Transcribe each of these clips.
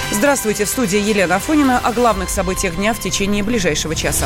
Здравствуйте, в студии Елена Афонина. О главных событиях дня в течение ближайшего часа.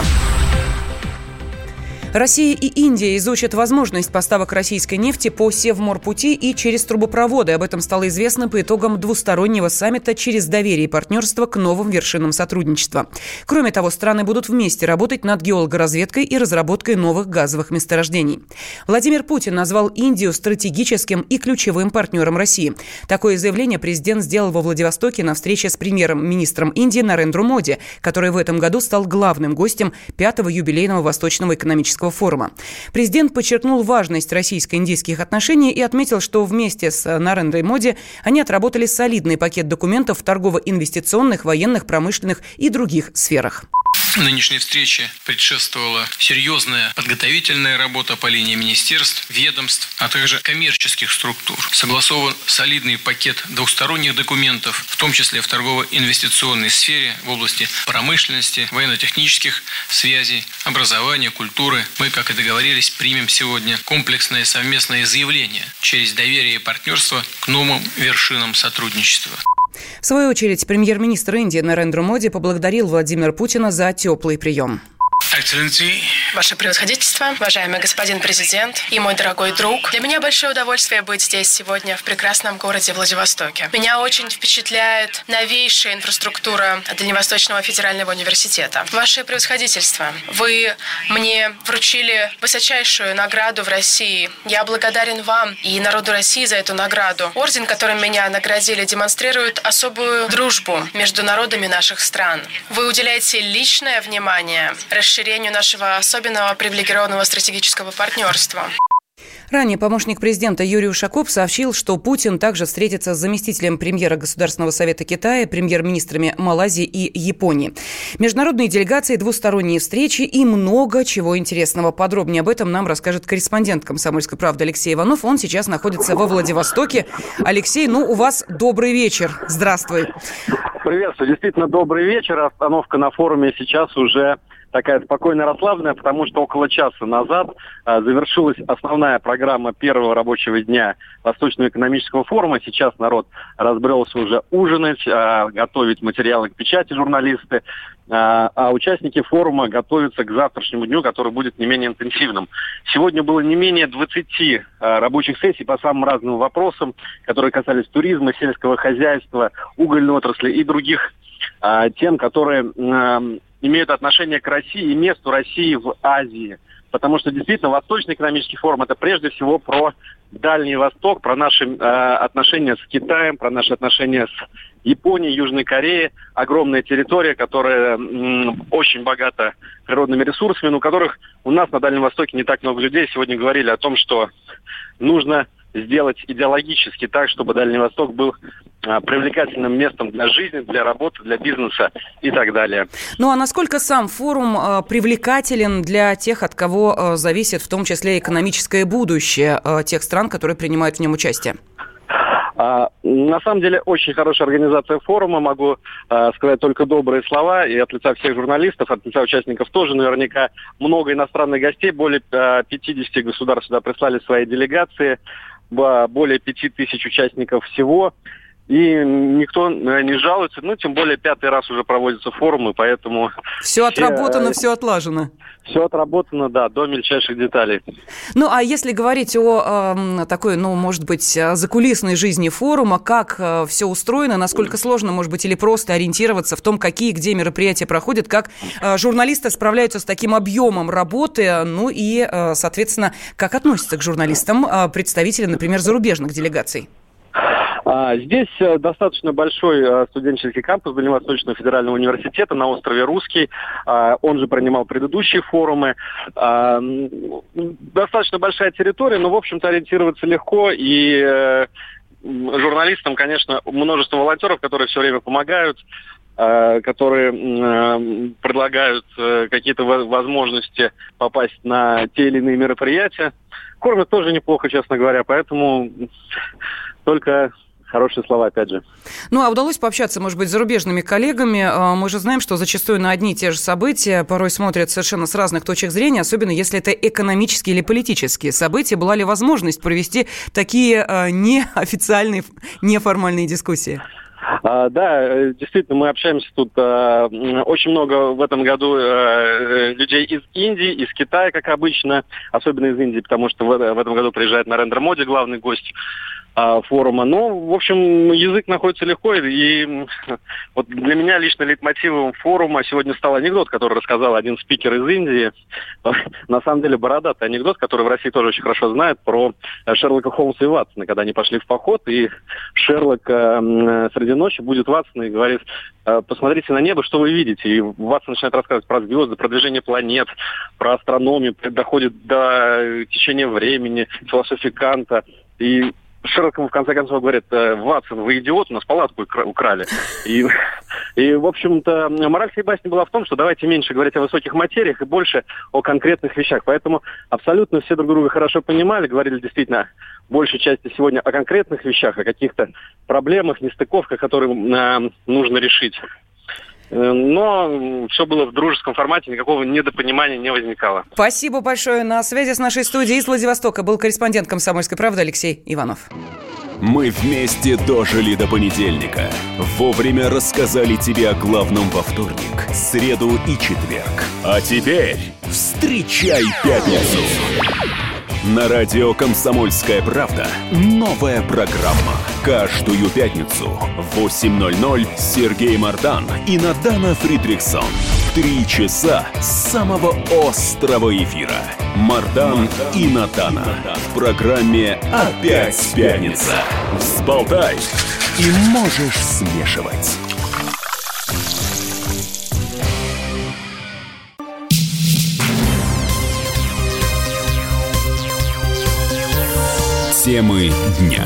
Россия и Индия изучат возможность поставок российской нефти по Севморпути и через трубопроводы. Об этом стало известно по итогам двустороннего саммита через доверие и партнерство к новым вершинам сотрудничества. Кроме того, страны будут вместе работать над геологоразведкой и разработкой новых газовых месторождений. Владимир Путин назвал Индию стратегическим и ключевым партнером России. Такое заявление президент сделал во Владивостоке на встрече с премьер-министром Индии Нарендру Моди, который в этом году стал главным гостем 5-го юбилейного Восточного экономического форума. Президент подчеркнул важность российско-индийских отношений и отметил, что вместе с Нарендрой Моди они отработали солидный пакет документов в торгово-инвестиционных, военных, промышленных и других сферах. Нынешней встрече предшествовала серьезная подготовительная работа по линии министерств, ведомств, а также коммерческих структур. Согласован солидный пакет двухсторонних документов, в том числе в торгово-инвестиционной сфере, в области промышленности, военно-технических связей, образования, культуры. Мы, как и договорились, примем сегодня комплексное совместное заявление через доверие и партнерство к новым вершинам сотрудничества. В свою очередь, премьер-министр Индии Нарендра Моди поблагодарил Владимира Путина за теплый прием. Ваше превосходительство, уважаемый господин президент и мой дорогой друг, для меня большое удовольствие быть здесь сегодня в прекрасном городе Владивостоке. Меня очень впечатляет новейшая инфраструктура Дальневосточного федерального университета. Ваше превосходительство, вы мне вручили высочайшую награду в России. Я благодарен вам и народу России за эту награду. Орден, которым меня наградили, демонстрирует особую дружбу между народами наших стран. Вы уделяете личное внимание расширению нашего особенного привилегированного стратегического партнерства. Ранее помощник президента Юрий Ушаков сообщил, что Путин также встретится с заместителем премьера Государственного совета Китая, премьер-министрами Малайзии и Японии. Международные делегации, двусторонние встречи и много чего интересного. Подробнее об этом нам расскажет корреспондент «Комсомольской правды» Алексей Иванов. Он сейчас находится во Владивостоке. Алексей, у вас добрый вечер. Здравствуй. Приветствую. Действительно, добрый вечер. Остановка на форуме сейчас уже такая спокойно расслабленная, потому что около часа назад завершилась основная программа первого рабочего дня Восточного экономического форума. Сейчас народ разбрелся уже ужинать, готовить материалы к печати журналисты, а участники форума готовятся к завтрашнему дню, который будет не менее интенсивным. Сегодня было не менее 20 рабочих сессий по самым разным вопросам, которые касались туризма, сельского хозяйства, угольной отрасли и других тем, которые имеют отношение к России и месту России в Азии. Потому что действительно Восточный экономический форум – это прежде всего про Дальний Восток, про наши отношения с Китаем, про наши отношения с Японией, Южной Кореей. Огромная территория, которая очень богата природными ресурсами, но у которых у нас на Дальнем Востоке не так много людей. Сегодня говорили о том, что нужно сделать идеологически так, чтобы Дальний Восток был привлекательным местом для жизни, для работы, для бизнеса и так далее. А насколько сам форум привлекателен для тех, от кого зависит в том числе экономическое будущее тех стран, которые принимают в нем участие? На самом деле, очень хорошая организация форума. Могу сказать только добрые слова. И от лица всех журналистов, от лица участников тоже наверняка много иностранных гостей. Более 50 государств сюда прислали свои делегации. Более 5000 участников всего. И никто не жалуется. Тем более 5-й раз уже проводятся форумы, поэтому... Все отработано, все отлажено. Все отработано, да, до мельчайших деталей. А если говорить о такой, может быть, закулисной жизни форума, как все устроено, насколько сложно, может быть, или просто ориентироваться в том, где мероприятия проходят, как журналисты справляются с таким объемом работы, и, соответственно, как относятся к журналистам представители, например, зарубежных делегаций? Здесь достаточно большой студенческий кампус Дальневосточного федерального университета на острове Русский. Он же принимал предыдущие форумы. Достаточно большая территория, но, в общем-то, ориентироваться легко. И журналистам, конечно, множество волонтеров, которые все время помогают, которые предлагают какие-то возможности попасть на те или иные мероприятия. Кормят тоже неплохо, честно говоря, поэтому только хорошие слова, опять же. А удалось пообщаться, может быть, с зарубежными коллегами? Мы же знаем, что зачастую на одни и те же события порой смотрят совершенно с разных точек зрения, особенно если это экономические или политические события. Была ли возможность провести такие неофициальные, неформальные дискуссии? Да, действительно, мы общаемся тут очень много в этом году людей из Индии, из Китая, как обычно, особенно из Индии, потому что в этом году приезжает Нарендра Моди, главный гость форума. Но, в общем, язык находится легко, и вот для меня лично лейтмотивом форума сегодня стал анекдот, который рассказал один спикер из Индии. На самом деле бородатый анекдот, который в России тоже очень хорошо знают, про Шерлока Холмса и Ватсона, когда они пошли в поход, и Шерлок среди ночи будет Ватсона и говорит: посмотрите на небо, что вы видите. И Ватсон начинает рассказывать про звезды, про движение планет, про астрономию, доходит до течения времени, философии Канта. И Шерлок ему в конце концов говорит: Ватсон, вы идиот, у нас палатку украли. И, в общем-то, мораль всей басни была в том, что давайте меньше говорить о высоких материях и больше о конкретных вещах. Поэтому абсолютно все друг друга хорошо понимали, говорили действительно большей части сегодня о конкретных вещах, о каких-то проблемах, нестыковках, которые нужно решить. Но все было в дружеском формате, никакого недопонимания не возникало. Спасибо большое. На связи с нашей студией из Владивостока был корреспондент «Комсомольской правды» Алексей Иванов. Мы вместе дожили до понедельника. Вовремя рассказали тебе о главном во вторник, среду и четверг. А теперь встречай пятницу. На радио «Комсомольская правда» новая программа. Каждую пятницу в 8:00 Сергей Мардан и Надана Фридрихсон. 3 часа самого острого эфира. Мардан и Надана. В программе «Опять пятница». Взболтай и можешь смешивать. Темы дня.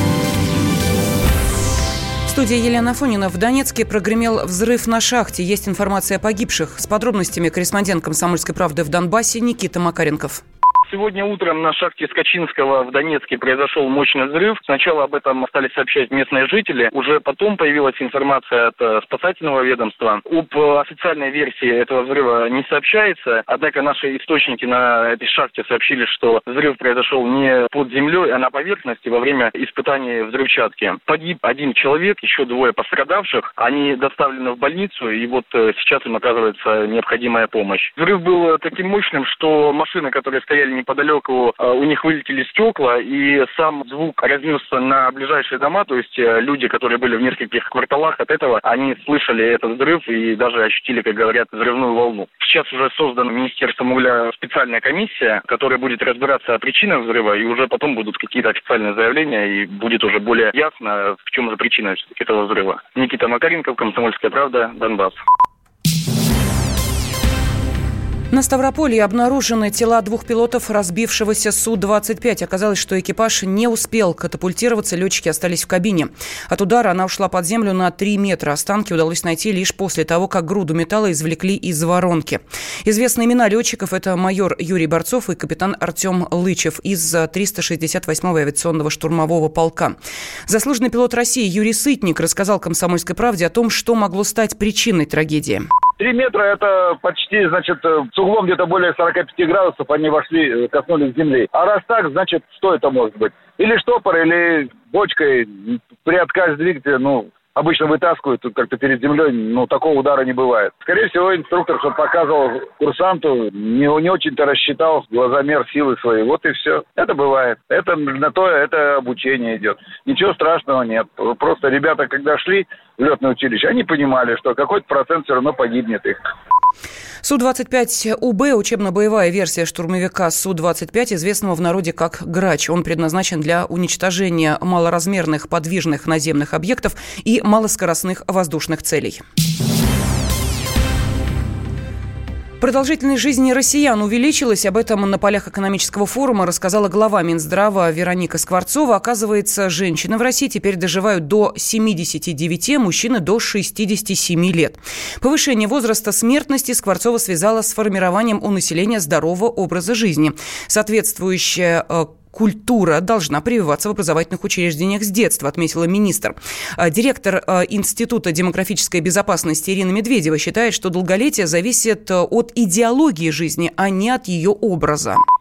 В студии Елена Афонина. В Донецке прогремел взрыв на шахте. Есть информация о погибших. С подробностями корреспондент «Комсомольской правды» в Донбассе Никита Макаренков. Сегодня утром на шахте Скачинского в Донецке произошел мощный взрыв. Сначала об этом стали сообщать местные жители. Уже потом появилась информация от спасательного ведомства. Об официальной версии этого взрыва не сообщается. Однако наши источники на этой шахте сообщили, что взрыв произошел не под землей, а на поверхности во время испытаний взрывчатки. Погиб один человек, еще 2 пострадавших. Они доставлены в больницу, и вот сейчас им оказывается необходимая помощь. Взрыв был таким мощным, что машины, которые стояли неподалеку, у них вылетели стекла, и сам звук разнесся на ближайшие дома, то есть люди, которые были в нескольких кварталах от этого, они слышали этот взрыв и даже ощутили, как говорят, взрывную волну. Сейчас уже создана Министерством угля специальная комиссия, которая будет разбираться о причинах взрыва, и уже потом будут какие-то официальные заявления, и будет уже более ясно, в чем же причина этого взрыва. Никита Макаренков, «Комсомольская правда», Донбасс. На Ставрополье обнаружены тела 2 пилотов разбившегося Су-25. Оказалось, что экипаж не успел катапультироваться, летчики остались в кабине. От удара она ушла под землю на 3 метра. Останки удалось найти лишь после того, как груду металла извлекли из воронки. Известны имена летчиков. Это майор Юрий Борцов и капитан Артем Лычев из 368-го авиационного штурмового полка. Заслуженный пилот России Юрий Сытник рассказал «Комсомольской правде» о том, что могло стать причиной трагедии. 3 метра – это почти, значит, с углом где-то более 45 градусов они вошли, коснулись земли. А раз так, значит, что это может быть? Или штопор, или бочкой при отказе двигателя, обычно вытаскивают как-то перед землей, такого удара не бывает. Скорее всего, инструктор, что показывал курсанту, не очень-то рассчитал глазомер силы своей. Вот и все. Это бывает. Это на то, это обучение идет. Ничего страшного нет. Просто ребята, когда шли в летное училище, они понимали, что какой-то процент все равно погибнет их. Су-25УБ – учебно-боевая версия штурмовика Су-25, известного в народе как «Грач». Он предназначен для уничтожения малоразмерных подвижных наземных объектов и малоскоростных воздушных целей. Продолжительность жизни россиян увеличилась. Об этом на полях экономического форума рассказала глава Минздрава Вероника Скворцова. Оказывается, женщины в России теперь доживают до 79, мужчины до 67 лет. Повышение возраста смертности Скворцова связала с формированием у населения здорового образа жизни. Соответствующая культура должна прививаться в образовательных учреждениях с детства, отметила министр. Директор Института демографической безопасности Ирина Медведева считает, что долголетие зависит от идеологии жизни, а не от ее образа.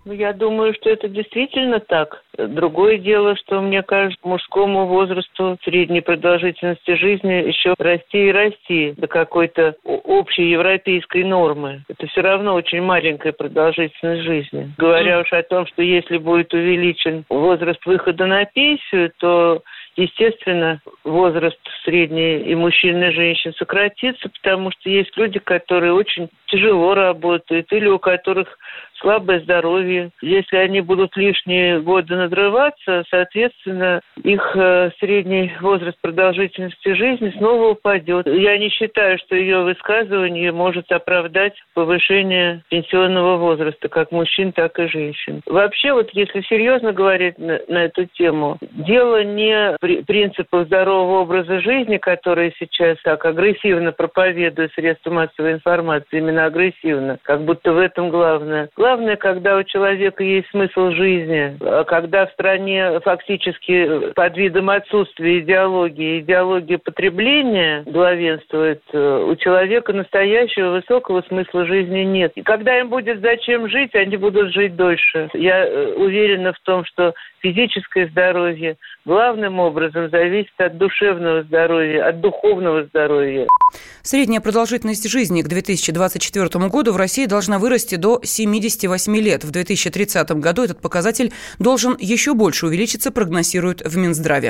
Я думаю, что это действительно так. Другое дело, что, мне кажется, мужскому возрасту средней продолжительности жизни еще расти и расти до какой-то общей европейской нормы. Это все равно очень маленькая продолжительность жизни. Говоря уж о том, что если будет увеличен возраст выхода на пенсию, то, естественно, возраст средний и мужчин, и женщин сократится, потому что есть люди, которые очень тяжело работают или у которых слабое здоровье. Если они будут лишние годы надрываться, соответственно, их средний возраст продолжительности жизни снова упадет. Я не считаю, что ее высказывание может оправдать повышение пенсионного возраста как мужчин, так и женщин. Вообще, вот если серьезно говорить на эту тему, дело не в принципах здорового образа жизни, которые сейчас так агрессивно проповедуют средства массовой информации, именно агрессивно, как будто в этом главное. Главное, когда у человека есть смысл жизни, когда в стране фактически под видом отсутствия идеология потребления главенствует, у человека настоящего высокого смысла жизни нет. И когда им будет зачем жить, они будут жить дольше. Я уверена в том, что физическое здоровье главным образом зависит от душевного здоровья, от духовного здоровья. Средняя продолжительность жизни к 2024 году в России должна вырасти до 78 лет. В 2030 году этот показатель должен еще больше увеличиться, прогнозируют в Минздраве.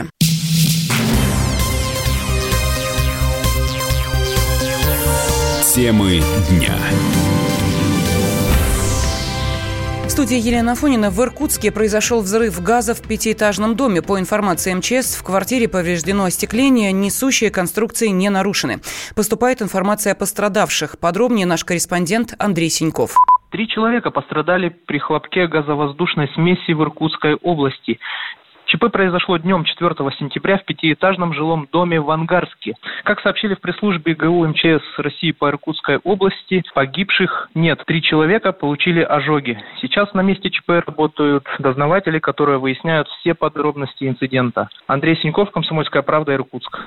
Темы дня. В студии Елена Афонина. В Иркутске произошел взрыв газа в пятиэтажном доме. По информации МЧС, в квартире повреждено остекление, несущие конструкции не нарушены. Поступает информация о пострадавших. Подробнее наш корреспондент Андрей Синьков. 3 человека пострадали при хлопке газовоздушной смеси в Иркутской области. ЧП произошло днем 4 сентября в пятиэтажном жилом доме в Ангарске. Как сообщили в пресс-службе ГУ МЧС России по Иркутской области, погибших нет. 3 человека получили ожоги. Сейчас на месте ЧП работают дознаватели, которые выясняют все подробности инцидента. Андрей Синьков, «Комсомольская правда», Иркутск.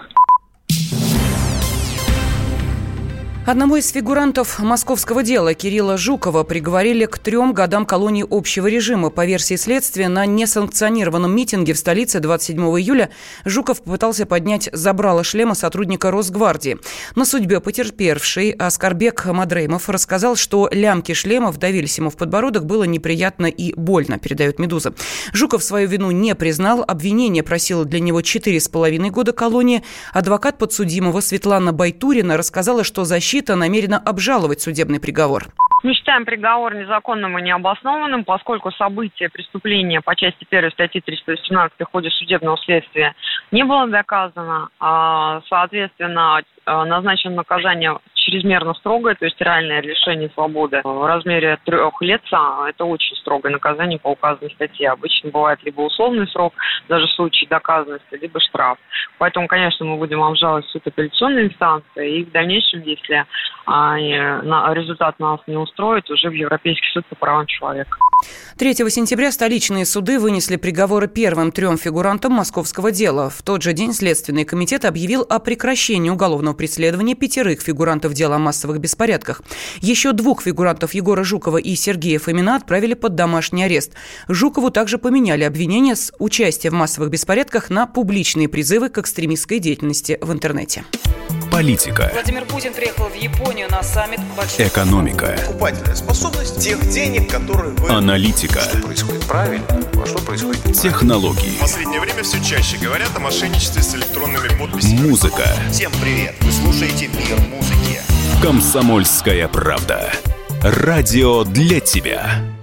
Одному из фигурантов московского дела Кирилла Жукова приговорили к 3 годам колонии общего режима. По версии следствия, на несанкционированном митинге в столице 27 июля Жуков попытался поднять забрало шлема сотрудника Росгвардии. На судьбе потерпевший Аскарбек Мадреймов рассказал, что лямки шлема вдавились ему в подбородок, было неприятно и больно, передает «Медуза». Жуков свою вину не признал, обвинение просило для него 4,5 года колонии. Адвокат подсудимого Светлана Байтурина рассказала, что защита намерена обжаловать судебный приговор. Мы считаем приговор незаконным и необоснованным, поскольку событие преступления по части 1 статьи 318 в ходе судебного следствия не было доказано. Соответственно, назначено наказание чрезмерно строгое, то есть реальное лишение свободы в размере 3 лет. Это очень строгое наказание по указанной статье. Обычно бывает либо условный срок, даже в случае доказанности, либо штраф. Поэтому, конечно, мы будем обжаловать в суд апелляционной инстанции, и в дальнейшем, если результат нас не устроит, уже в Европейский суд по правам человека. 3 сентября столичные суды вынесли приговоры первым 3 фигурантам московского дела. В тот же день Следственный комитет объявил о прекращении уголовного преследования 5 фигурантов дела о массовых беспорядках. Еще 2 фигурантов Егора Жукова и Сергея Фомина отправили под домашний арест. Жукову также поменяли обвинения с участия в массовых беспорядках на публичные призывы к экстремистской деятельности в интернете. Политика. Владимир Путин приехал в Японию на саммит. Экономика. Покупательная способность тех денег, которые вы... Аналитика. Что происходит правильно, а что происходит неправильно. Технологии. В последнее время все чаще говорят о мошенничестве с электронными подписями. Музыка. Всем привет! Вы слушаете «Мир музыки». Комсомольская правда. Радио для тебя.